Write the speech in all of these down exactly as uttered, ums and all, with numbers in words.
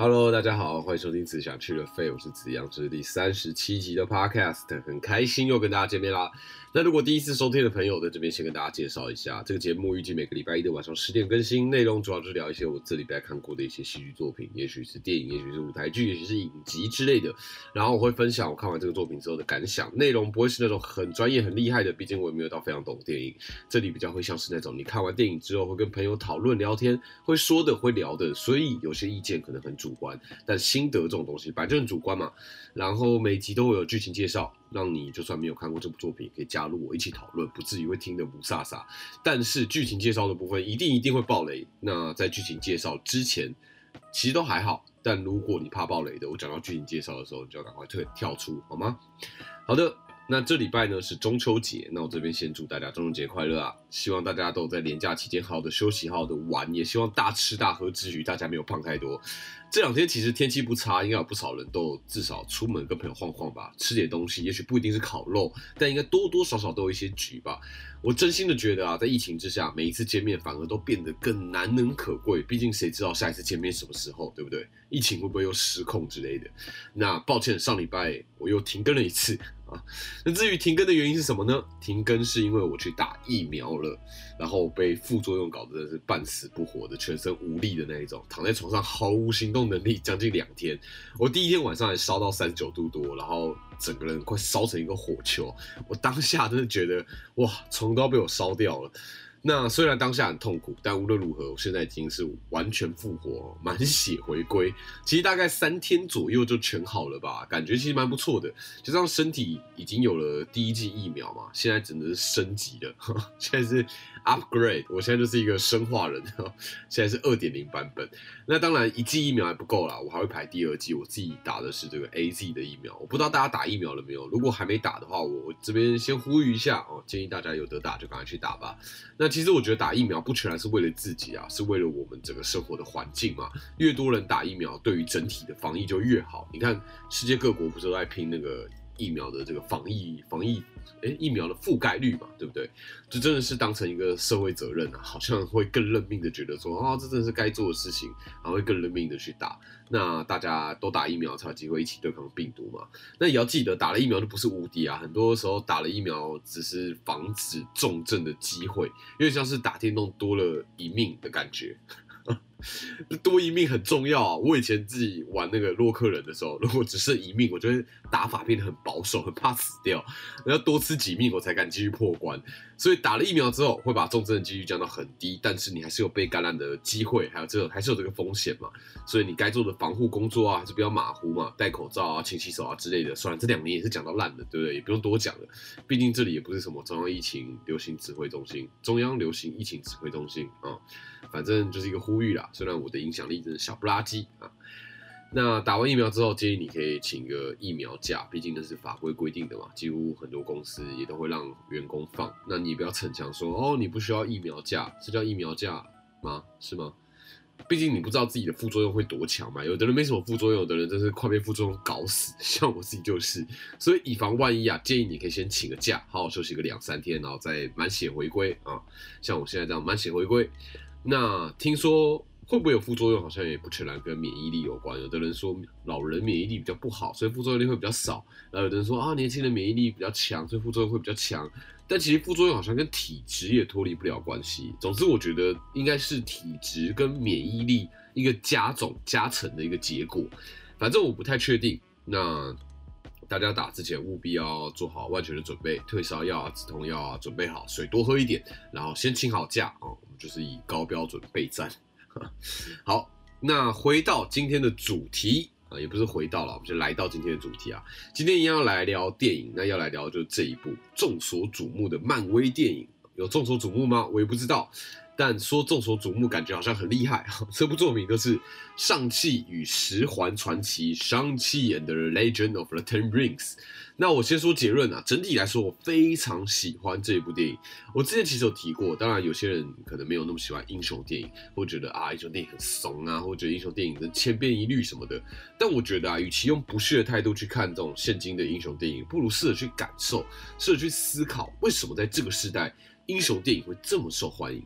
Hello， 大家好，欢迎收听只想去了废，我是子阳，这是第三十七集的 Podcast， 很开心又跟大家见面啦。那如果第一次收听的朋友，在这边先跟大家介绍一下，这个节目预计每个礼拜一的晚上十点更新，内容主要就是聊一些我这礼拜看过的一些戏剧作品，也许是电影，也许是舞台剧，也许是影集之类的。然后我会分享我看完这个作品之后的感想，内容不会是那种很专业、很厉害的，毕竟我也没有到非常懂电影。这里比较会像是那种你看完电影之后会跟朋友讨论、聊天，会说的、会聊的，所以有些意见可能很主观，但心得这种东西本来就很主观嘛。然后每集都会有剧情介绍，让你就算没有看过这部作品，可以加入我一起讨论，不至于会听得不飒飒。但是剧情介绍的部分一定一定会爆雷。那在剧情介绍之前，其实都还好。但如果你怕爆雷的，我讲到剧情介绍的时候，你就要赶快退跳出，好吗？好的。那这礼拜呢是中秋节，那我这边先祝大家中秋节快乐啊！希望大家都有在连假期间好好的休息，好好的玩，也希望大吃大喝之余，大家没有胖太多。这两天其实天气不差，应该有不少人都至少出门跟朋友晃晃吧，吃点东西，也许不一定是烤肉，但应该多多少少都有一些局吧。我真心的觉得啊，在疫情之下，每一次见面反而都变得更难能可贵。毕竟谁知道下一次见面什么时候，对不对？疫情会不会又失控之类的？那抱歉，上礼拜我又停更了一次啊。那至于停更的原因是什么呢？停更是因为我去打疫苗了，然后被副作用搞得真的是半死不活的，全身无力的那一种，躺在床上毫无行动能力，将近两天。我第一天晚上还烧到三十九度多，然后整个人快烧成一个火球。我当下真的觉得哇，床都要被我烧掉了。那虽然当下很痛苦，但无论如何，我现在已经是完全复活，满血回归。其实大概三天左右就全好了吧，感觉其实蛮不错的。就像身体已经有了第一剂疫苗嘛，现在真的是升级了，现在是 upgrade， 我现在就是一个生化人，现在是 二点零 版本。那当然一剂疫苗还不够啦，我还会排第二剂，我自己打的是这个 A Z 的疫苗。我不知道大家打疫苗了没有？如果还没打的话，我这边先呼吁一下哦，建议大家有得打就赶快去打吧。那其实我觉得打疫苗不全然是为了自己啊，是为了我们整个生活的环境嘛。越多人打疫苗，对于整体的防疫就越好。你看世界各国不是都在拼那个疫苗的这个防疫防疫，哎，疫苗的覆盖率嘛，对不对？这真的是当成一个社会责任啊，好像会更认命的觉得说，哦，这真的是该做的事情，然后会更认命的去打。那大家都打疫苗才有机会一起对抗病毒嘛。那也要记得，打了疫苗就不是无敌啊，很多时候打了疫苗只是防止重症的机会，有点像是打电动多了一命的感觉。多一命很重要啊！我以前自己玩那个洛克人的时候，如果只剩一命，我就会打法变得很保守，很怕死掉，要多吃几命我才敢继续破关。所以打了疫苗之后，会把重症的几率降到很低，但是你还是有被感染的机会，还有这个还是有这个风险嘛。所以你该做的防护工作啊，还是不要马虎嘛，戴口罩啊、勤洗手啊之类的。虽然这两年也是讲到烂的，对不对？也不用多讲了，毕竟这里也不是什么中央疫情流行指挥中心，中央流行疫情指挥中心啊、嗯，反正就是一个呼吁啦。虽然我的影响力真的小不拉几啊。那打完疫苗之后，建议你可以请个疫苗假，毕竟那是法规规定的嘛，几乎很多公司也都会让员工放。那你也不要逞强说哦，你不需要疫苗假，这叫疫苗假吗？是吗？毕竟你不知道自己的副作用会多强嘛，有的人没什么副作用，有的人真是快被副作用搞死，像我自己就是。所以以防万一啊，建议你可以先请个假，好好休息个两三天，然后再满血回归啊。像我现在这样满血回归。那听说会不会有副作用，好像也不全然跟免疫力有关。有的人说老人免疫力比较不好，所以副作用力会比较少。然后有的人说啊，年轻人免疫力比较强，所以副作用会比较强。但其实副作用好像跟体质也脱离不了关系。总之，我觉得应该是体质跟免疫力一个加总加成的一个结果。反正我不太确定。那大家打之前务必要做好万全的准备，退烧药啊、止痛药啊准备好，水多喝一点，然后先请好假哦，我们就是以高标准备战。好，那回到今天的主题啊，也不是回到了，我们就来到今天的主题啊。今天一样要来聊电影，那要来聊就是这一部众所瞩目的漫威电影。有众所瞩目吗？我也不知道。但说众所瞩目，感觉好像很厉害。这部作品就是《尚气与十环传奇》（Shang-Chi and the Legend of the Ten Rings）。那我先说结论啊，整体来说我非常喜欢这一部电影。我之前其实有提过，当然有些人可能没有那么喜欢英雄电影，或觉得啊英雄电影很怂啊，或觉得英雄电影的千篇一律什么的。但我觉得啊，与其用不屑的态度去看这种现今的英雄电影，不如试着去感受，试着去思考，为什么在这个时代英雄电影会这么受欢迎。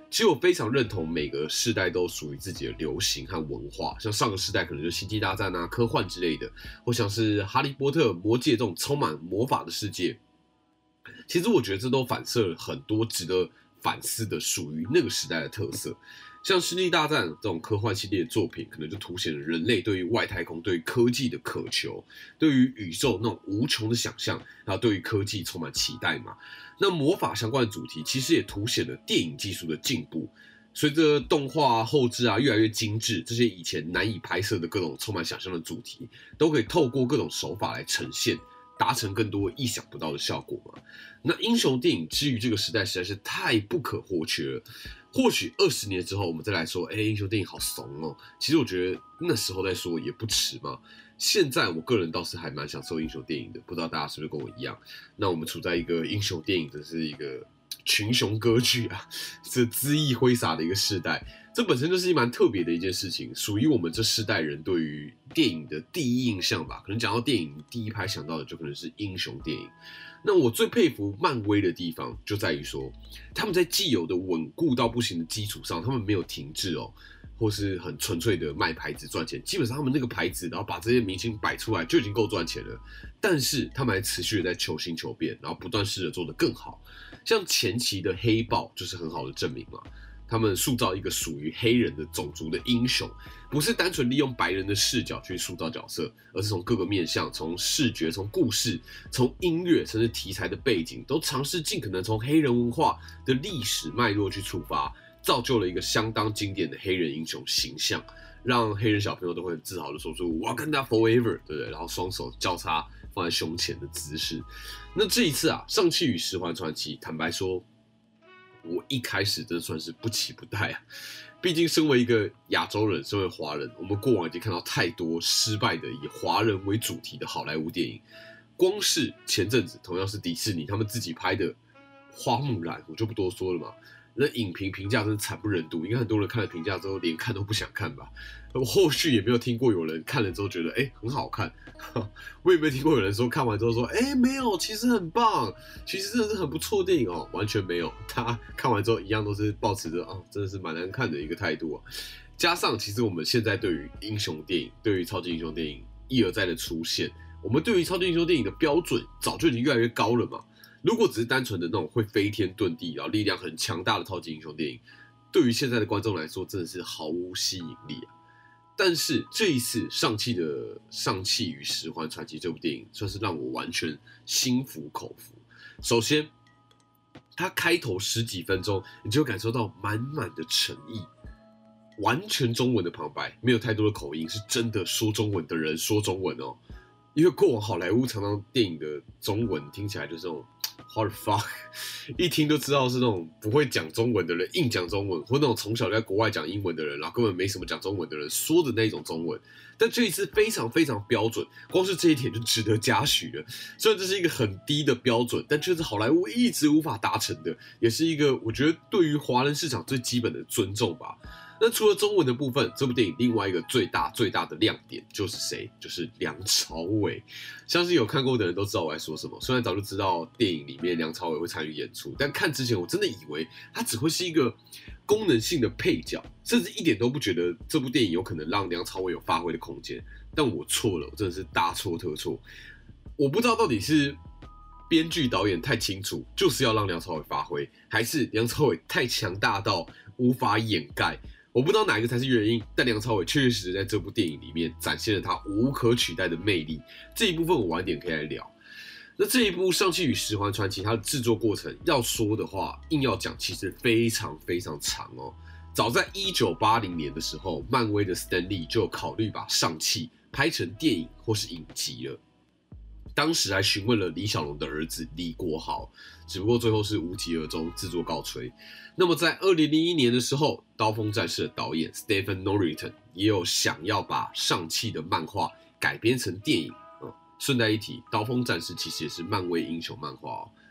其实我非常认同每个世代都属于自己的流行和文化，像上个世代可能就是星际大战啊、科幻之类的，或像是哈利波特、魔戒这种充满魔法的世界。其实我觉得这都反射了很多值得反思的属于那个时代的特色。像《星际大战》这种科幻系列的作品，可能就凸显了人类对于外太空、对于科技的渴求，对于宇宙那种无穷的想象，然后对于科技充满期待嘛。那魔法相关的主题，其实也凸显了电影技术的进步。随着动画、啊、后制啊越来越精致，这些以前难以拍摄的各种充满想象的主题，都可以透过各种手法来呈现，达成更多意想不到的效果嘛。那英雄电影之于这个时代实在是太不可或缺了。或许二十年之后，我们再来说，哎，英雄电影好怂哦。其实我觉得那时候再说也不迟嘛。现在我个人倒是还蛮享受英雄电影的，不知道大家是不是跟我一样？那我们处在一个英雄电影真是一个群雄割据啊，这恣意挥洒的一个时代，这本身就是蛮特别的一件事情，属于我们这世代人对于电影的第一印象吧。可能讲到电影，第一排想到的就可能是英雄电影。那我最佩服漫威的地方就在于说，他们在既有的稳固到不行的基础上，他们没有停滞哦，或是很纯粹的卖牌子赚钱。基本上他们那个牌子，然后把这些明星摆出来就已经够赚钱了。但是他们还持续的在求新求变，然后不断试着做得更好。像前期的黑豹就是很好的证明嘛。他们塑造一个属于黑人的种族的英雄，不是单纯利用白人的视角去塑造角色，而是从各个面向，从视觉、从故事、从音乐，甚至题材的背景，都尝试尽可能从黑人文化的历史脉络去出发，造就了一个相当经典的黑人英雄形象，让黑人小朋友都会很自豪的说出 Wakanda Forever， 对不对？然后双手交叉放在胸前的姿势。那这一次啊，上汽与十环传奇，坦白说，我一开始真的算是不期不待啊，毕竟身为一个亚洲人，身为华人，我们过往已经看到太多失败的以华人为主题的好莱坞电影。光是前阵子同样是迪士尼他们自己拍的《花木兰》，我就不多说了嘛。那影评评价真的惨不忍睹，应该很多人看了评价之后连看都不想看吧。我后续也没有听过有人看了之后觉得哎很好看，我也没有听过有人说看完之后说哎没有，其实很棒，其实真的是很不错的电影哦，完全没有。他看完之后一样都是抱持着哦真的是蛮难看的一个态度啊。加上其实我们现在对于英雄电影，对于超级英雄电影一而再的出现，我们对于超级英雄电影的标准早就已经越来越高了嘛。如果只是单纯的那种会飞天遁地，然后力量很强大的超级英雄电影，对于现在的观众来说真的是毫无吸引力啊。但是这一次上汽的《上汽与十环传奇》这部电影，算是让我完全心服口服。首先，它开头十几分钟，你就感受到满满的诚意，完全中文的旁白，没有太多的口音，是真的说中文的人说中文哦。因为过往好莱坞常常电影的中文听起来就是这种 what the fuck， 一听就知道是那种不会讲中文的人硬讲中文，或那种从小在国外讲英文的人，然后根本没什么讲中文的人说的那种中文。但这一次非常非常标准，光是这一点就值得嘉许了。虽然这是一个很低的标准，但却是好莱坞一直无法达成的，也是一个我觉得对于华人市场最基本的尊重吧。那除了中文的部分，这部电影另外一个最大最大的亮点就是谁？就是梁朝伟。相信有看过的人都知道我在说什么。虽然早就知道电影里面梁朝伟会参与演出，但看之前我真的以为他只会是一个功能性的配角，甚至一点都不觉得这部电影有可能让梁朝伟有发挥的空间。但我错了，我真的是大错特错。我不知道到底是编剧导演太清楚，就是要让梁朝伟发挥，还是梁朝伟太强大到无法掩盖。我不知道哪一个才是原因，但梁朝伟确确实实在这部电影里面展现了他无可取代的魅力。这一部分我晚点可以来聊。那这一部《上汽与十环传奇》它的制作过程要说的话，硬要讲其实非常非常长哦。早在一九八零年的时候，漫威的 Stan Lee 就有考虑把上汽拍成电影或是影集了。当时还询问了李小龙的儿子李国豪，只不过最后是无疾而终，制作告吹。那么在二零零一年的时候，《刀锋战士》的导演 Stephen Norrington 也有想要把上汽的漫画改编成电影。嗯，顺带一提，《刀锋战士》其实也是漫威英雄漫画哦，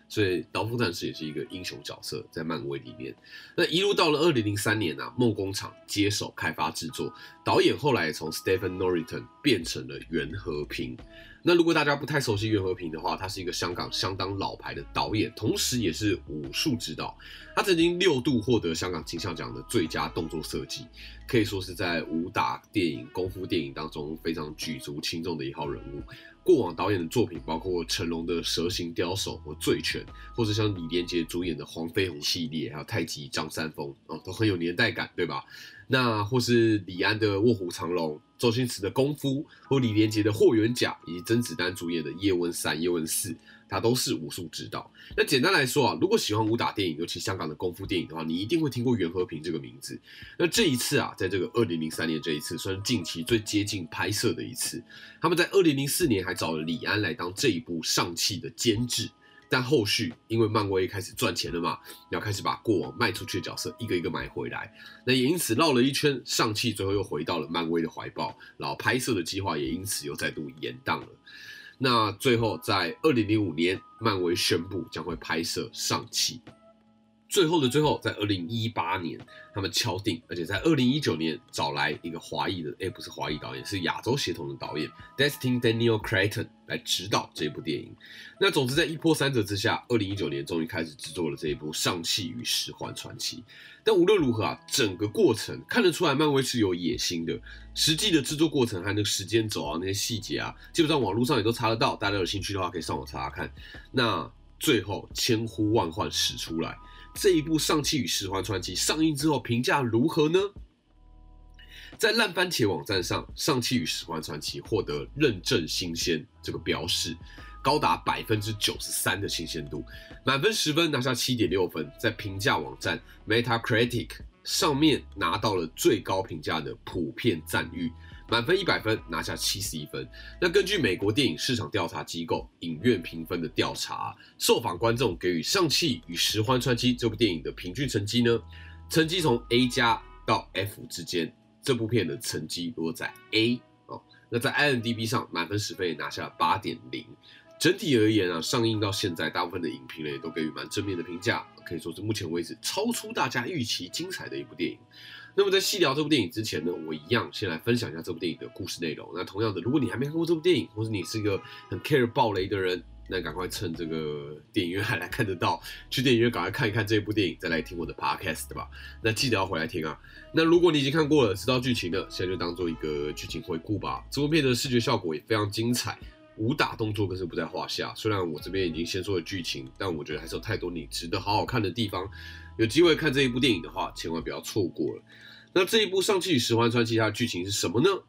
所以刀锋战士也是一个英雄角色在漫威里面。那一路到了二零零三年啊，梦工厂接手开发制作，导演后来也从 Stephen Norrington 变成了袁和平。那如果大家不太熟悉袁和平的话，他是一个香港相当老牌的导演，同时也是武术指导。他曾经六度获得香港金像奖的最佳动作设计，可以说是在武打电影、功夫电影当中非常举足轻重的一号人物。过往导演的作品包括成龙的《蛇形刁手》和《醉拳》，或者像李连杰主演的《黄飞鸿》系列，还有太极张三丰，哦，都很有年代感，对吧？那或是李安的《卧虎藏龙》，周星驰的《功夫》，或李连杰的《霍元甲》，以及甄子丹主演的《叶问三》《叶问四》，他都是武术指导。那简单来说啊，如果喜欢武打电影，尤其香港的功夫电影的话，你一定会听过袁和平这个名字。那这一次啊，在这个二零零三年这一次，算是近期最接近拍摄的一次。他们在二零零四年还找了李安来当这一部上汽的监制。但后续因为漫威开始赚钱了嘛，要开始把过往卖出去的角色一个一个买回来，那也因此绕了一圈，上汽最后又回到了漫威的怀抱，然后拍摄的计划也因此又再度延宕了。那最后在二零零五年，漫威宣布将会拍摄上汽。最后的最后，在二零一八年，他们敲定，而且在二零一九年找来一个华裔的，哎，不是华裔导演，是亚洲协同的导演 Destin Daniel Cretton 来指导这部电影。那总之，在一波三折之下，二零一九年终于开始制作了这一部《上汽与十环传奇》。但无论如何啊，整个过程看得出来，漫威是有野心的。实际的制作过程和那个时间轴啊，那些细节啊，基本上网络上也都查得到，大家有兴趣的话可以上网查查看。那最后千呼万唤始出来。这一部《上汽与十环传奇》上映之后，评价如何呢？在烂番茄网站上，《上汽与十环传奇》获得认证新鲜这个标示，高达 百分之九十三 的新鲜度，满分十分拿下 七点六 分，在评价网站 Metacritic 上面拿到了最高评价的普遍赞誉。满分一百分，拿下七十一分。那根据美国电影市场调查机构影院评分的调查，受访观众给予《上汽与十环传奇》这部电影的平均成绩呢？成绩从 A 加到 F 之间，这部片的成绩落在 A 哦。那在 I M D B 上，满分十分也拿下了 八点零。整体而言啊，上映到现在，大部分的影评人也都给予蛮正面的评价，可以说是目前为止超出大家预期精彩的一部电影。那么在细聊这部电影之前呢，我一样先来分享一下这部电影的故事内容。那同样的，如果你还没看过这部电影，或是你是一个很 care 爆雷的人，那赶快趁这个电影院还来看得到，去电影院赶快看一看这部电影，再来听我的 podcast 吧。那记得要回来听啊。那如果你已经看过了，知道剧情了，现在就当做一个剧情回顾吧。这部片的视觉效果也非常精彩，武打动作更是不在话下。虽然我这边已经先说了剧情，但我觉得还是有太多你值得好好看的地方。有机会看这一部电影的话，千万不要错过了。那这一部《上汽与十环传奇》它的剧情是什么呢？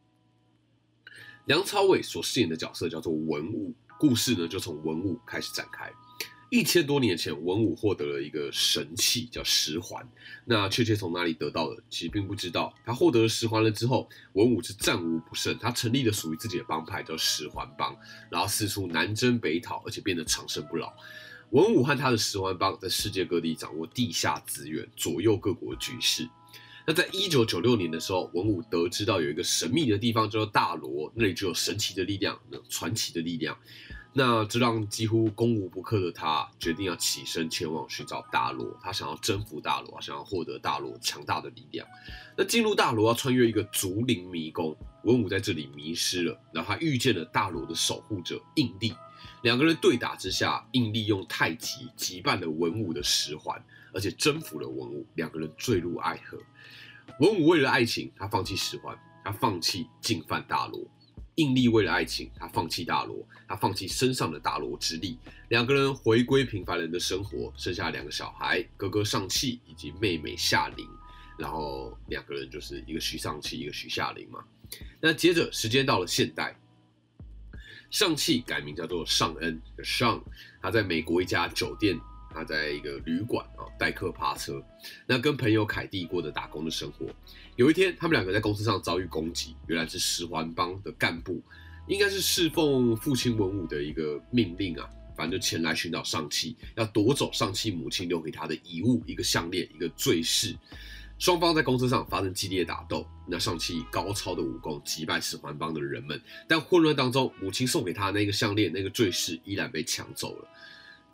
梁朝伟所饰演的角色叫做文武，故事呢就从文武开始展开。一千多年前，文武获得了一个神器，叫十环。那确切从哪里得到的，其实并不知道。他获得了十环了之后，文武是战无不胜。他成立了属于自己的帮派，叫十环帮，然后四处南征北讨，而且变得长生不老。文武和他的十环帮在世界各地掌握地下资源，左右各国局势。那在一九九六年的时候，文武得知到有一个神秘的地方叫做大罗，那里就有神奇的力量，传奇的力量。那这让几乎攻无不克的他决定要起身前往寻找大罗，他想要征服大罗，想要获得大罗强大的力量。那进入大罗要穿越一个竹林迷宫，文武在这里迷失了，然后他遇见了大罗的守护者印帝。两个人对打之下，印帝用太极击败了文武的十环，而且征服了文武，两个人坠入爱河。文武为了爱情，他放弃十环，他放弃进犯大罗。印帝为了爱情，他放弃大罗，他放弃身上的大罗之力。两个人回归平凡人的生活，生下两个小孩，哥哥上汽以及妹妹夏琳。然后两个人就是一个徐上汽，一个徐夏琳嘛。那接着时间到了现代，上汽改名叫做尚恩，尚，他在美国一家酒店。他在一个旅馆啊代客趴车，那跟朋友凯蒂过着打工的生活。有一天，他们两个在公司上遭遇攻击，原来是十环帮的干部，应该是侍奉父亲文武的一个命令啊，反正就前来寻找上汽，要夺走上汽母亲留给他的遗物，一个项链，一个坠饰。双方在公车上发生激烈打斗，那上汽以高超的武功击败十环帮的人们，但混乱当中，母亲送给他的那个项链、那个坠饰依然被抢走了。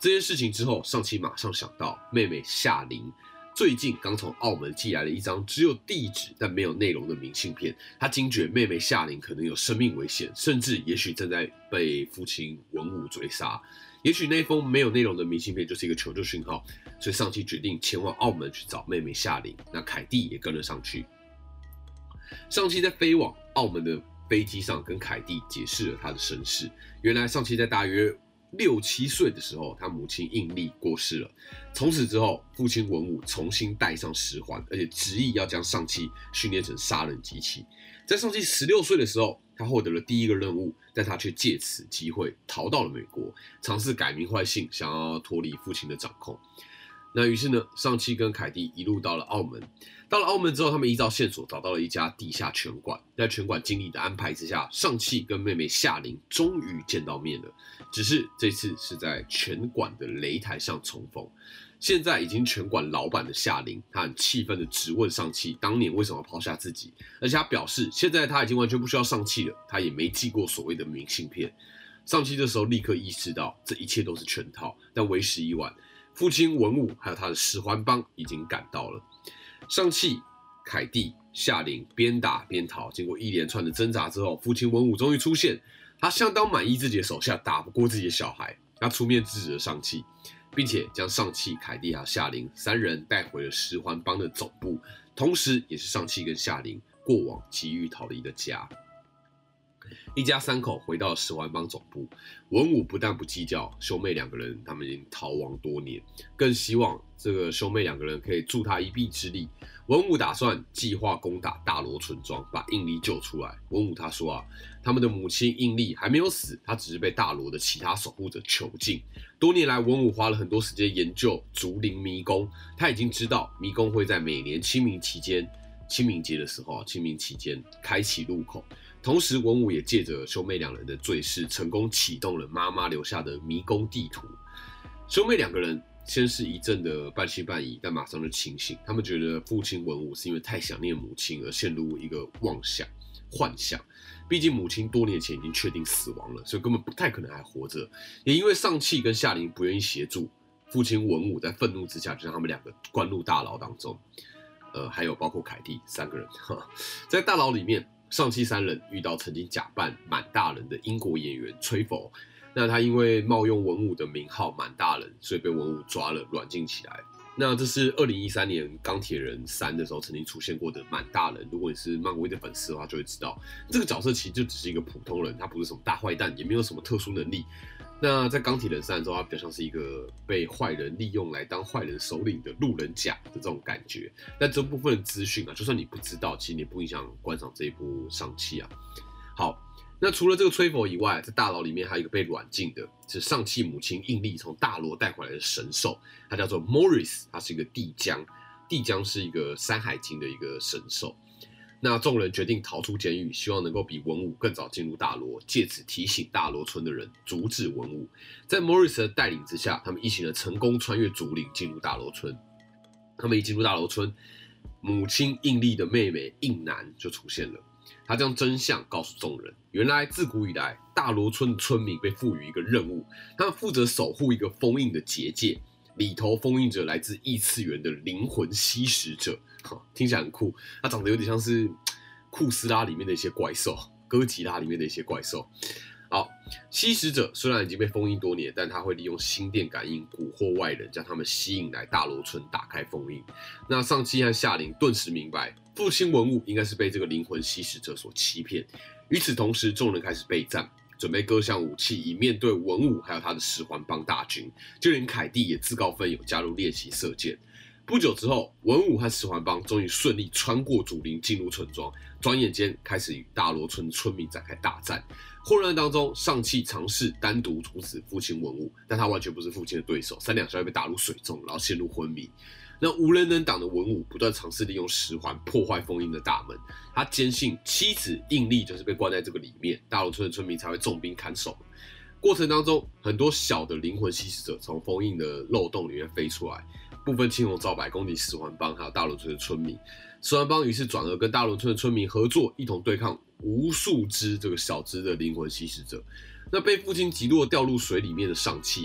这件事情之后，上期马上想到妹妹夏玲最近刚从澳门寄来了一张只有地址但没有内容的明信片，他惊觉妹妹夏玲可能有生命危险，甚至也许正在被父亲文武追杀。也许那封没有内容的明信片就是一个求救讯号，所以上期决定前往澳门去找妹妹夏玲。那凯蒂也跟了上去。上期在飞往澳门的飞机上，跟凯蒂解释了他的身世。原来上期在大约六七岁的时候，他母亲应丽过世了。从此之后，父亲文武重新戴上十环，而且执意要将上期训练成杀人机器。在上期十六岁的时候，他获得了第一个任务，但他却借此机会逃到了美国，尝试改名换姓，想要脱离父亲的掌控。那于是呢，上期跟凯蒂一路到了澳门。到了澳门之后，他们依照线索找到了一家地下拳馆。在拳馆经理的安排之下，上期跟妹妹夏玲终于见到面了。只是这次是在拳馆的擂台上重逢。现在已经拳馆老板的夏玲，他很气愤的质问上期当年为什么抛下自己，而且他表示现在他已经完全不需要上期了，他也没寄过所谓的明信片。上期这时候立刻意识到这一切都是圈套，但为时已晚，父亲文武还有他的十环帮已经赶到了。上期、凯蒂、夏玲边打边逃，经过一连串的挣扎之后，父亲文武终于出现。他相当满意自己的手下打不过自己的小孩，他出面制止了上期，并且将上期、凯蒂还有夏玲三人带回了十环帮的总部，同时也是上期跟夏玲过往急于逃离的家。一家三口回到了十环帮总部，文武不但不计较兄妹两个人他们已经逃亡多年，更希望这个兄妹两个人可以助他一臂之力。文武打算计划攻打大罗村庄，把应丽救出来。文武他说啊，他们的母亲应丽还没有死，她只是被大罗的其他守护者囚禁。多年来，文武花了很多时间研究竹林迷宫，他已经知道迷宫会在每年清明期间，清明节的时候，清明期间开启入口。同时，文武也借着兄妹两人的坠饰，成功启动了妈妈留下的迷宫地图。兄妹两个人先是一阵的半信半疑，但马上就清醒。他们觉得父亲文武是因为太想念母亲而陷入一个妄想、幻想。毕竟母亲多年前已经确定死亡了，所以根本不太可能还活着。也因为上期跟夏玲不愿意协助，父亲文武在愤怒之下就将他们两个关入大牢当中。呃，还有包括凯蒂三个人，哈，在大牢里面。上期三人遇到曾经假扮满大人的英国演员崔佛，那他因为冒用文武的名号满大人，所以被文武抓了，软禁起来。那这是二零一三年钢铁人三的时候曾经出现过的满大人。如果你是漫威的粉丝的话，就会知道这个角色其实就只是一个普通人，他不是什么大坏蛋，也没有什么特殊能力。那在钢铁人三的时候，他比较像是一个被坏人利用来当坏人首领的路人甲的这种感觉。但这部分的资讯啊，就算你不知道，其实你不影响观赏这一部上期啊。好，那除了这个崔佛以外，在大牢里面还有一个被软禁的，是上期母亲应丽从大罗带回来的神兽，它叫做 Morris， 它是一个地江，地江是一个山海经的一个神兽。那众人决定逃出监狱，希望能够比文武更早进入大罗，借此提醒大罗村的人阻止文武。在 Morris 的带领之下，他们一行人成功穿越竹林进入大罗村。他们一进入大罗村，母亲应丽的妹妹应南就出现了。她将真相告诉众人，原来自古以来，大罗村的村民被赋予一个任务，他们负责守护一个封印的结界。里头封印着来自异次元的灵魂吸食者，听起来很酷。它长得有点像是库斯拉里面的一些怪兽，哥吉拉里面的一些怪兽。好，吸食者虽然已经被封印多年，但他会利用心电感应蛊惑外人，将他们吸引来大罗村打开封印。那上期和夏玲顿时明白，父亲文武应该是被这个灵魂吸食者所欺骗。与此同时，众人开始备战。准备各项武器，以面对文武还有他的十环帮大军。就连凯蒂也自告奋勇加入练习射箭。不久之后，文武和十环帮终于顺利穿过竹林进入村庄，转眼间开始与大罗村村民展开大战。混乱当中，上期尝试单独阻止父亲文武，但他完全不是父亲的对手，三两下就被打入水中，然后陷入昏迷。那无人能挡的文武不断尝试利用十环破坏封印的大门，他坚信妻子应丽就是被关在这个里面，大罗村的村民才会重兵看守。过程当中，很多小的灵魂吸食者从封印的漏洞里面飞出来，部分青红皂白攻击十环帮还有大罗村的村民。十环帮于是转而跟大罗村的村民合作，一同对抗无数只这个小只的灵魂吸食者。那被父亲击落掉入水里面的上期啊，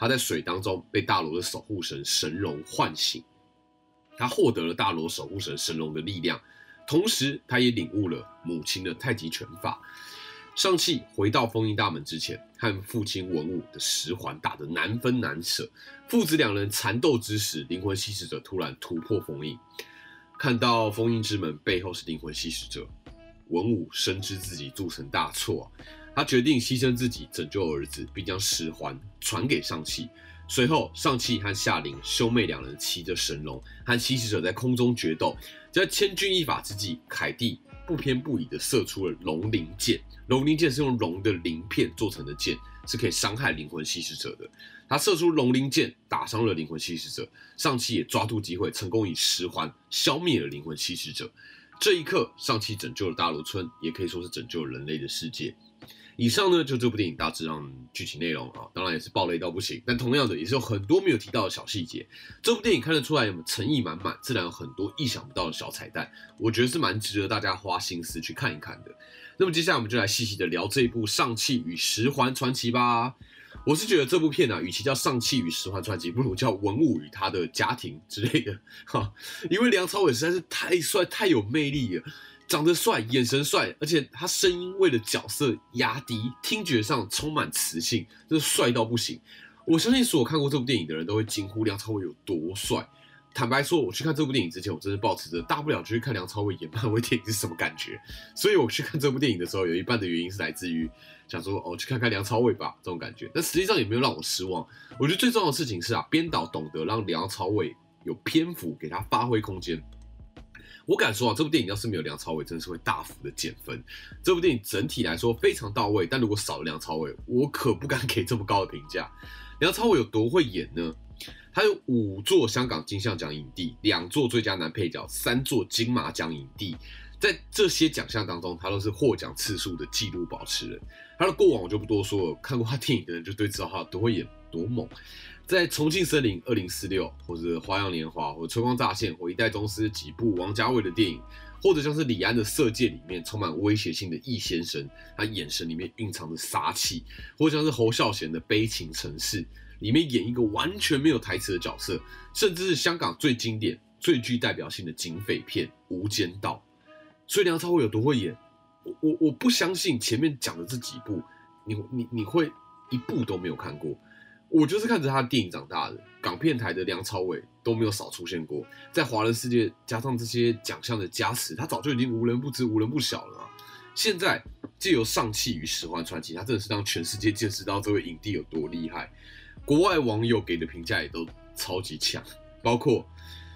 他在水当中被大罗的守护神神龙唤醒，他获得了大罗守护神神龙的力量，同时他也领悟了母亲的太极拳法。上气回到封印大门之前，和父亲文武的十环打得难分难舍，父子两人缠斗之时，灵魂吸食者突然突破封印，看到封印之门背后是灵魂吸食者，文武深知自己铸成大错，他决定牺牲自己拯救儿子，并将十环传给上气。随后，上气和夏灵兄妹两人骑着神龙，和吸食者在空中决斗。在千钧一发之际，凯蒂不偏不倚地射出了龙鳞剑。龙鳞剑是用龙的鳞片做成的剑，是可以伤害灵魂吸食者的。他射出龙鳞剑，打伤了灵魂吸食者。上气也抓住机会，成功以十环消灭了灵魂吸食者。这一刻，上气拯救了大罗村，也可以说是拯救了人类的世界。以上呢，就这部电影大致上剧情内容啊，当然也是爆雷到不行，但同样的也是有很多没有提到的小细节。这部电影看得出来有诚意满满，自然有很多意想不到的小彩蛋，我觉得是蛮值得大家花心思去看一看的。那么接下来我们就来细细的聊这一部《上气与十环传奇》吧。我是觉得这部片啊，与其叫《上气与十环传奇》，不如叫《文武与他的家庭》之类的哈，因为梁朝伟实在是太帅、太有魅力了。长得帅，眼神帅，而且他声音为了角色压低，听觉上充满磁性，真的帅到不行。我相信所有看过这部电影的人都会惊呼梁朝伟有多帅。坦白说，我去看这部电影之前，我真是抱持着大不了就去看梁朝伟演漫威电影是什么感觉。所以我去看这部电影的时候，有一半的原因是来自于想说哦，去看看梁朝伟吧这种感觉。但实际上也没有让我失望。我觉得最重要的事情是啊，编导懂得让梁朝伟有篇幅给他发挥空间。我敢说啊，这部电影要是没有梁朝伟，真的是会大幅的减分。这部电影整体来说非常到位，但如果少了梁朝伟，我可不敢给这么高的评价。梁朝伟有多会演呢？他有五座香港金像奖影帝，两座最佳男配角，三座金马奖影帝。在这些奖项当中，他都是获奖次数的纪录保持人。他的过往我就不多说了，看过他电影的人就对知道他多会演多猛。在《重庆森林二零四六》或者《花样年华》或者《春光乍现》或《一代宗师》几部王家卫的电影，或者像是李安的《色戒》里面充满威胁性的易先生，他眼神里面蕴藏着杀气，或者像是侯孝贤的《悲情城市》里面演一个完全没有台词的角色，甚至是香港最经典、最具代表性的警匪片《无间道》。所以梁朝伟有多会演，我我我不相信前面讲的这几部，你你你会一部都没有看过。我就是看着他的电影长大的，港片台的梁朝伟都没有少出现过，在华人世界加上这些奖项的加持，他早就已经无人不知、无人不晓了啊！现在藉由上气与十环传奇，他真的是让全世界见识到这位影帝有多厉害。国外网友给的评价也都超级强，包括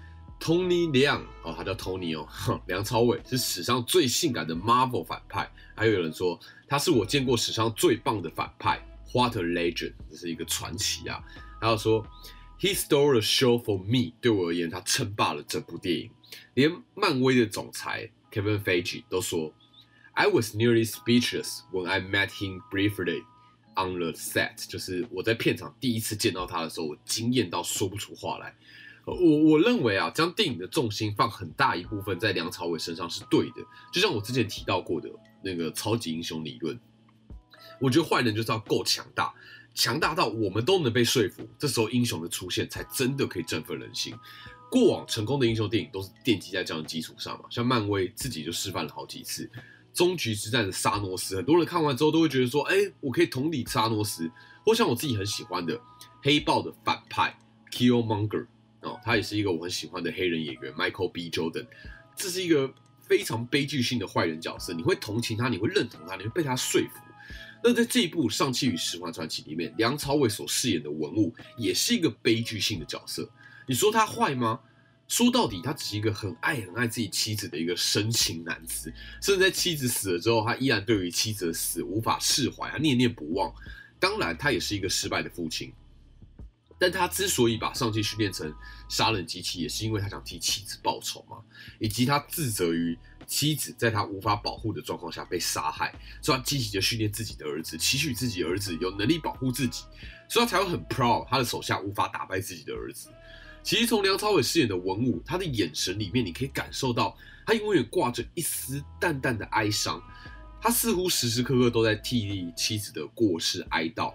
Tony 梁哦，他叫 Tony 哦，梁朝伟是史上最性感的 Marvel 反派，还有人说他是我见过史上最棒的反派。What a legend， 这是一个传奇啊！还有说 ，He stole the show for me， 对我而言，他称霸了整部电影。连漫威的总裁 Kevin Feige 都说 ，I was nearly speechless when I met him briefly on the set， 就是我在片场第一次见到他的时候，我惊艳到说不出话来。我我认为啊，将电影的重心放很大一部分在梁朝伟身上是对的，就像我之前提到过的那个超级英雄理论。我觉得坏人就是要够强大，强大到我们都能被说服，这时候英雄的出现才真的可以振奋人心。过往成功的英雄电影都是奠基在这样的基础上嘛，像漫威自己就示范了好几次。终局之战的沙诺斯，很多人看完之后都会觉得说，哎，我可以同理沙诺斯。或像我自己很喜欢的黑豹的反派 Killmonger， 哦，他也是一个我很喜欢的黑人演员 Michael B. Jordan， 这是一个非常悲剧性的坏人角色，你会同情他，你会认同他，你会被他说服。那在这一部《上气与十环传奇》里面，梁朝伟所饰演的文武也是一个悲剧性的角色。你说他坏吗？说到底，他只是一个很爱很爱自己妻子的一个深情男子，甚至在妻子死了之后，他依然对于妻子的死无法释怀，他念念不忘。当然，他也是一个失败的父亲。但他之所以把上气训练成杀人机器，也是因为他想替妻子报仇嘛，以及他自责于妻子在他无法保护的状况下被杀害，所以他积极的训练自己的儿子，期许自己儿子有能力保护自己，所以他才会很 proud 他的手下无法打败自己的儿子。其实从梁朝伟饰演的文武，他的眼神里面你可以感受到，他永远挂着一丝淡淡的哀伤，他似乎时时刻刻都在替妻子的过世哀悼。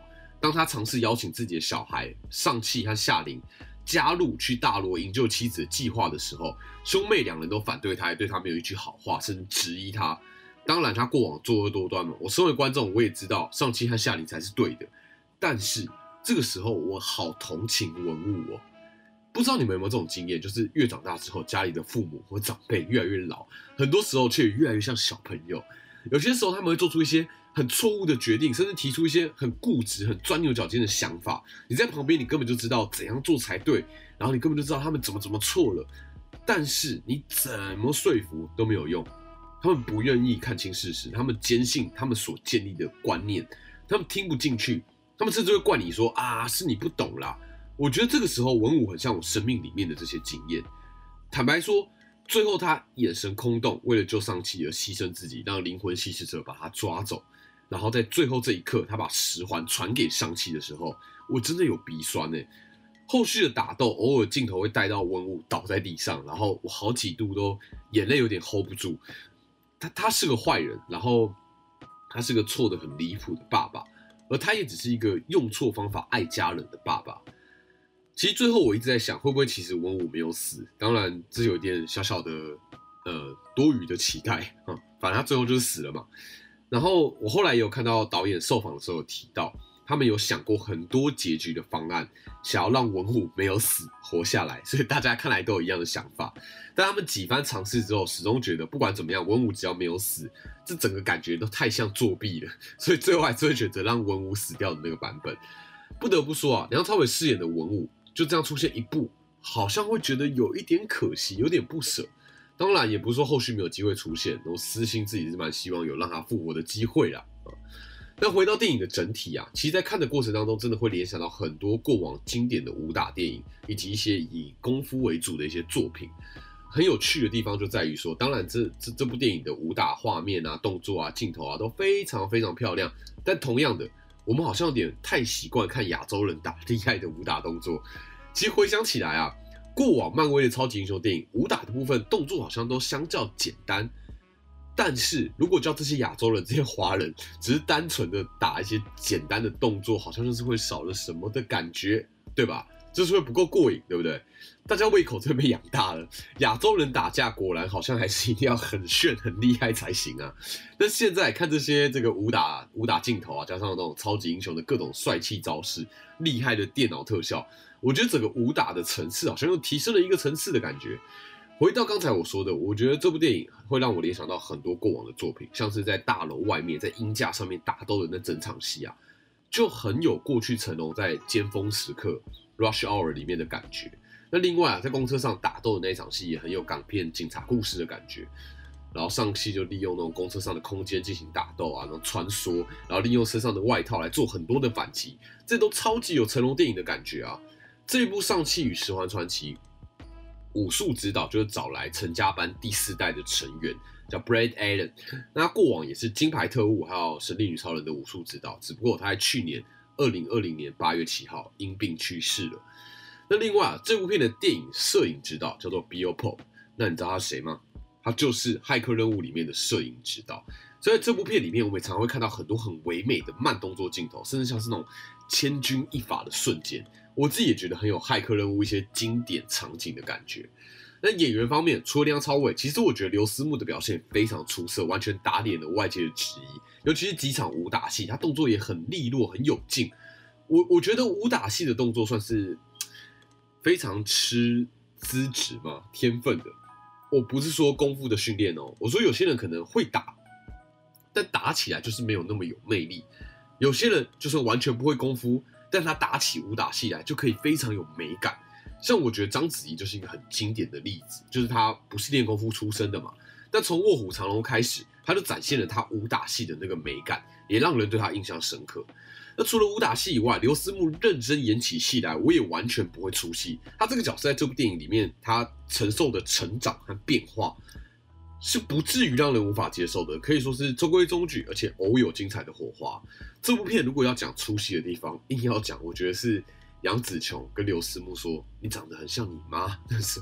当他尝试邀请自己的小孩上气和夏琳加入去大罗营救妻子的计划的时候，兄妹两人都反对他，还对他没有一句好话，甚至质疑他。当然，他过往作恶多端嘛，我身为观众，我也知道上气和夏琳才是对的。但是这个时候，我好同情文武哦。不知道你们有没有这种经验，就是越长大之后，家里的父母或长辈越来越老，很多时候却越来越像小朋友。有些时候他们会做出一些很错误的决定，甚至提出一些很固执、很钻牛角尖的想法。你在旁边，你根本就知道怎样做才对，然后你根本就知道他们怎么怎么错了，但是你怎么说服都没有用。他们不愿意看清事实，他们坚信他们所建立的观念，他们听不进去，他们甚至会怪你说啊，是你不懂啦。我觉得这个时候文武很像我生命里面的这些经验。坦白说，最后他眼神空洞，为了救上气而牺牲自己，让灵魂吸食者把他抓走。然后在最后这一刻，他把十环传给上气的时候，我真的有鼻酸欸。后续的打斗，偶尔镜头会带到文武倒在地上，然后我好几度都眼泪有点 hold 不住。他他是个坏人，然后他是个错得很离谱的爸爸，而他也只是一个用错方法爱家人的爸爸。其实最后我一直在想，会不会其实文武没有死？当然，这有一点小小的呃多余的期待啊、嗯，反正他最后就是死了嘛。然后我后来也有看到导演受访的时候有提到，他们有想过很多结局的方案，想要让文武没有死活下来，所以大家看来都有一样的想法。但他们几番尝试之后，始终觉得不管怎么样，文武只要没有死，这整个感觉都太像作弊了，所以最后还是会选择让文武死掉的那个版本。不得不说啊，梁朝伟饰演的文武就这样出现一部，好像会觉得有一点可惜，有点不舍。当然也不是说后续没有机会出现，我私心自己是蛮希望有让他复活的机会啦。但回到电影的整体啊，其实在看的过程当中，真的会联想到很多过往经典的武打电影，以及一些以功夫为主的一些作品。很有趣的地方就在于说，当然这这这部电影的武打画面啊、动作啊、镜头啊都非常非常漂亮，但同样的，我们好像有点太习惯看亚洲人打厉害的武打动作。其实回想起来啊，过往漫威的超级英雄电影武打的部分动作好像都相较简单，但是如果叫这些亚洲人、这些华人只是单纯的打一些简单的动作，好像就是会少了什么的感觉，对吧？就是会不够过瘾，对不对？大家胃口真的被养大了。亚洲人打架果然好像还是一定要很炫、很厉害才行啊。但现在看这些这个武打武打镜头啊，加上那种超级英雄的各种帅气招式、厉害的电脑特效，我觉得整个武打的层次好像又提升了一个层次的感觉。回到刚才我说的，我觉得这部电影会让我联想到很多过往的作品，像是在大楼外面、在鹰架上面打斗的那整场戏啊，就很有过去成龙在尖峰时刻 Rush Hour 里面的感觉。那另外啊，在公车上打斗的那一场戏也很有港片警察故事的感觉。然后上戏就利用那种公车上的空间进行打斗啊，然后穿梭，然后利用身上的外套来做很多的反击，这都超级有成龙电影的感觉啊。这一部《上汽与十环传奇》武术指导就是找来陈家班第四代的成员，叫 Brad Allen。那他过往也是金牌特务还有神力女超人的武术指导，只不过他在去年二零二零年八月七号因病去世了。那另外啊，这部片的电影摄影指导叫做 Bill Pope， 那你知道他是谁吗？他就是《骇客任务》里面的摄影指导。所以这部片里面，我们也常常会看到很多很唯美的慢动作镜头，甚至像是那种千钧一发的瞬间。我自己也觉得很有《骇客任务》一些经典场景的感觉。那演员方面，除了梁朝伟，其实我觉得刘思慕的表现非常出色，完全打脸了外界的质疑。尤其是几场武打戏，他动作也很利落，很有劲。我我觉得武打戏的动作算是非常吃资质嘛，天分的。我不是说功夫的训练哦，我说有些人可能会打，但打起来就是没有那么有魅力。有些人就算完全不会功夫，但他打起武打戏来就可以非常有美感。像我觉得章子怡就是一个很经典的例子，就是她不是练功夫出身的嘛，但从《卧虎藏龙》开始，她就展现了她武打戏的那个美感，也让人对她印象深刻。那除了武打戏以外，刘思慕认真演起戏来，我也完全不会出戏。他这个角色在这部电影里面，他承受的成长和变化，是不至于让人无法接受的，可以说是中规中矩，而且偶有精彩的火花。这部片如果要讲出戏的地方，硬要讲，我觉得是杨紫琼跟刘思慕说：“你长得很像你妈”的时候，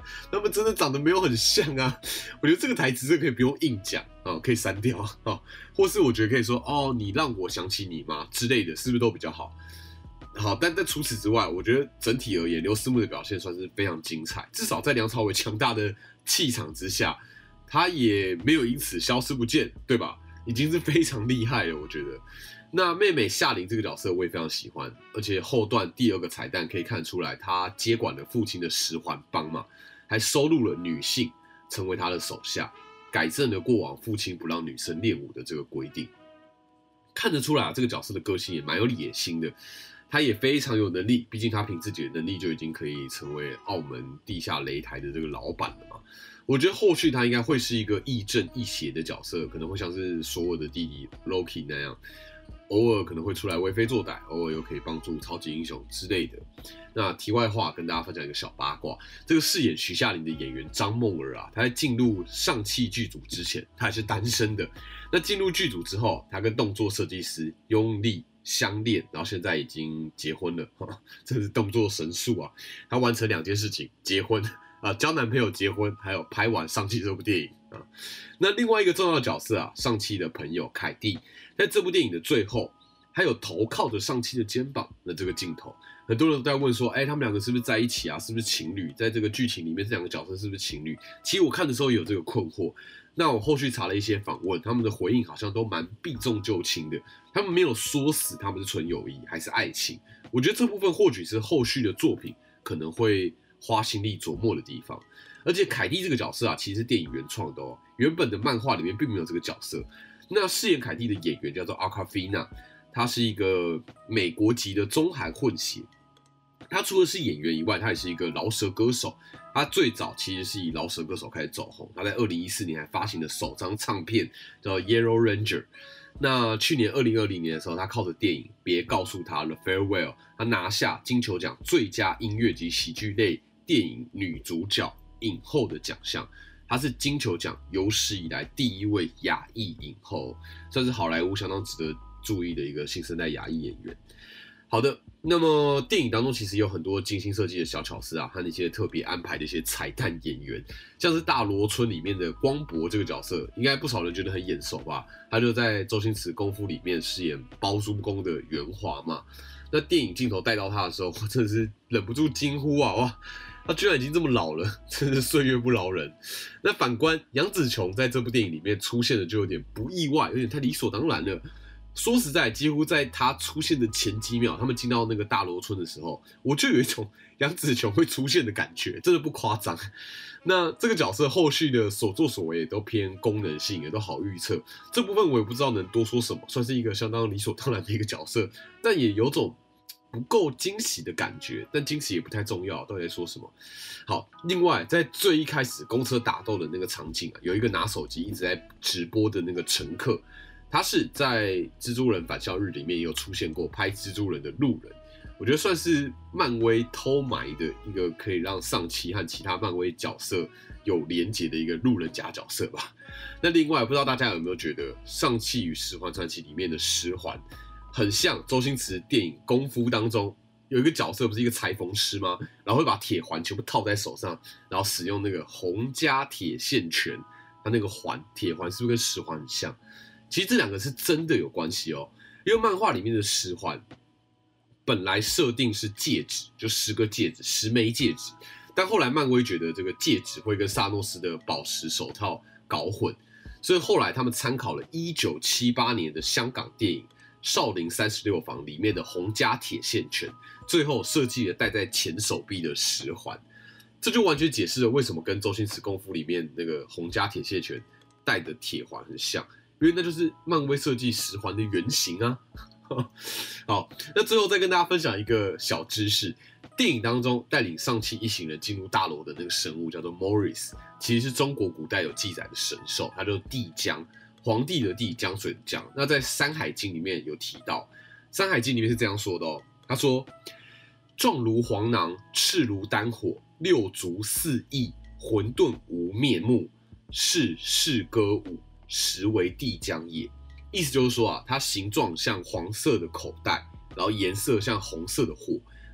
他们真的长得没有很像啊。我觉得这个台词是可以不用硬讲啊，可以删掉啊，或是我觉得可以说哦，你让我想起你吗之类的，是不是都比较好？好，但但除此之外，我觉得整体而言，刘思慕的表现算是非常精彩。至少在梁朝伟强大的气场之下，他也没有因此消失不见，对吧？已经是非常厉害了，我觉得。那妹妹夏琳这个角色我也非常喜欢，而且后段第二个彩蛋可以看出来，她接管了父亲的十环帮嘛，还收录了女性成为她的手下，改正了过往父亲不让女生练武的这个规定。看得出来啊，这个角色的个性也蛮有野心的。他也非常有能力，毕竟他凭自己的能力就已经可以成为澳门地下擂台的这个老板了嘛。我觉得后续他应该会是一个亦正亦邪的角色，可能会像是索尔的弟弟 Loki 那样，偶尔可能会出来为非作歹，偶尔又可以帮助超级英雄之类的。那题外话跟大家分享一个小八卦，这个饰演徐夏琳的演员张梦儿啊，她在进入上汽剧组之前，她还是单身的。那进入剧组之后，她跟动作设计师用力相恋，然后现在已经结婚了，这是动作神速啊！他完成两件事情：结婚啊，交男朋友、结婚，还有拍完上汽这部电影啊。那另外一个重要的角色啊，上汽的朋友凯蒂，在这部电影的最后，他有头靠着上汽的肩膀，那这个镜头，很多人都在问说，哎，他们两个是不是在一起啊？是不是情侣？在这个剧情里面，这两个角色是不是情侣？其实我看的时候也有这个困惑。那我后续查了一些访问，他们的回应好像都蛮避重就轻的，他们没有说死他们是纯友谊还是爱情。我觉得这部分或许是后续的作品可能会花心力琢磨的地方。而且凯蒂这个角色啊，其实是电影原创的哦，原本的漫画里面并没有这个角色。那饰演凯蒂的演员叫做 Awkwafina， 他是一个美国籍的中韩混血。他除了是演员以外，他也是一个饶舌歌手。他最早其实是以饶舌歌手开始走红，他在二零一四年还发行了首张唱片叫 Yellow Ranger。那去年二零二零年的时候，他靠着电影《别告诉他 The Farewell》，他拿下金球奖最佳音乐及喜剧类电影女主角影后的奖项。她是金球奖有史以来第一位亚裔影后，算是好莱坞相当值得注意的一个新生代亚裔演员。好的，那么电影当中其实有很多精心设计的小巧思啊，和一些特别安排的一些彩蛋演员，像是大罗村里面的光博这个角色，应该不少人觉得很眼熟吧？他就在周星驰功夫里面饰演包租公的袁华嘛。那电影镜头带到他的时候，我真的是忍不住惊呼啊！哇，他居然已经这么老了，真是岁月不饶人。那反观杨紫琼在这部电影里面出现的就有点不意外，有点太理所当然了。说实在，几乎在他出现的前几秒，他们进到那个大罗村的时候，我就有一种杨紫琼会出现的感觉，真的不夸张。那这个角色后续的所作所为也都偏功能性，也都好预测。这部分我也不知道能多说什么，算是一个相当理所当然的一个角色，但也有种不够惊喜的感觉。但惊喜也不太重要，到底在说什么？好，另外在最一开始公车打斗的那个场景啊，有一个拿手机一直在直播的那个乘客。他是在《蜘蛛人返校日》里面也有出现过拍蜘蛛人的路人，我觉得算是漫威偷埋的一个可以让上期和其他漫威角色有连结的一个路人甲角色吧。那另外，不知道大家有没有觉得上汽与十环传奇里面的十环很像周星驰电影《功夫》当中有一个角色不是一个裁缝师吗？然后会把铁环全部套在手上，然后使用那个洪家铁线拳，他那个环铁环是不是跟十环很像？其实这两个是真的有关系哦，因为漫画里面的十环本来设定是戒指，就十个戒指，十枚戒指，但后来漫威觉得这个戒指会跟萨诺斯的宝石手套搞混，所以后来他们参考了一九七八年的香港电影《少林三十六房》里面的洪家铁线拳，最后设计了戴在前手臂的十环，这就完全解释了为什么跟周星驰功夫里面那个洪家铁线拳戴的铁环很像。因为那就是漫威设计十环的原型啊。好，那最后再跟大家分享一个小知识：电影当中带领上汽一行人进入大楼的那个神物叫做 Morris， 其实是中国古代有记载的神兽，它就是帝江，皇帝的帝，江水的江。那在《山海经》里面有提到，《山海经》里面是这样说的哦，他说：壮如黄囊，赤如丹火，六足四翼，混沌无面目，是是歌舞。实为帝江也，意思就是说啊，它形状像黄色的口袋，然后颜色像红色的火，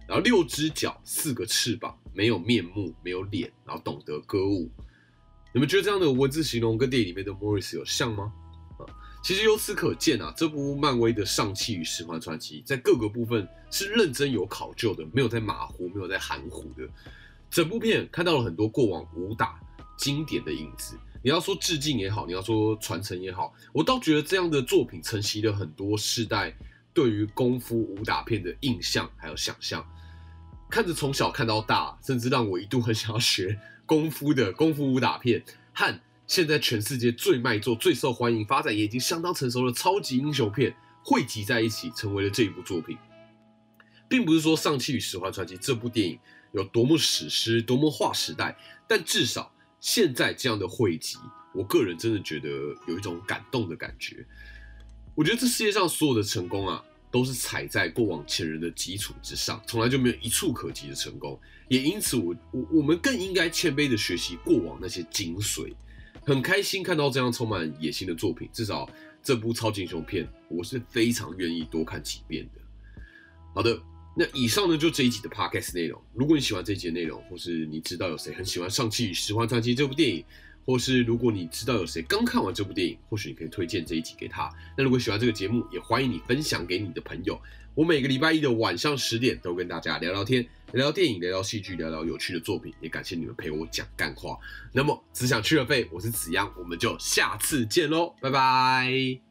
然后六只脚，四个翅膀，没有面目，没有脸，然后懂得歌舞。你们觉得这样的文字形容跟电影里面的 Morris 有像吗？啊，其实由此可见啊，这部漫威的《上汽与十环传奇》在各个部分是认真有考究的，没有在马虎，没有在含糊的。整部片看到了很多过往武打经典的影子。你要说致敬也好，你要说传承也好，我倒觉得这样的作品承袭了很多世代对于功夫武打片的印象还有想象。看着从小看到大，甚至让我一度很想要学功夫的功夫武打片，和现在全世界最卖座、最受欢迎、发展也已经相当成熟的超级英雄片汇集在一起，成为了这一部作品。并不是说《上汽与十环传奇》这部电影有多么史诗、多么划时代，但至少现在这样的汇集，我个人真的觉得有一种感动的感觉。我觉得这世界上所有的成功啊，都是踩在过往前人的基础之上，从来就没有一触可及的成功。也因此我，我我们更应该谦卑的学习过往那些精髓。很开心看到这样充满野心的作品，至少这部超级英雄片，我是非常愿意多看几遍的。好的，那以上呢就这一集的 podcast 内容。如果你喜欢这一集的内容，或是你知道有谁很喜欢《上汽与十环传奇》这部电影，或是如果你知道有谁刚看完这部电影，或许你可以推荐这一集给他。那如果喜欢这个节目，也欢迎你分享给你的朋友。我每个礼拜一的晚上十点都跟大家聊聊天，聊聊电影，聊聊戏剧，聊聊有趣的作品。也感谢你们陪我讲干话。那么只想去了肺，我是子阳，我们就下次见喽，拜拜。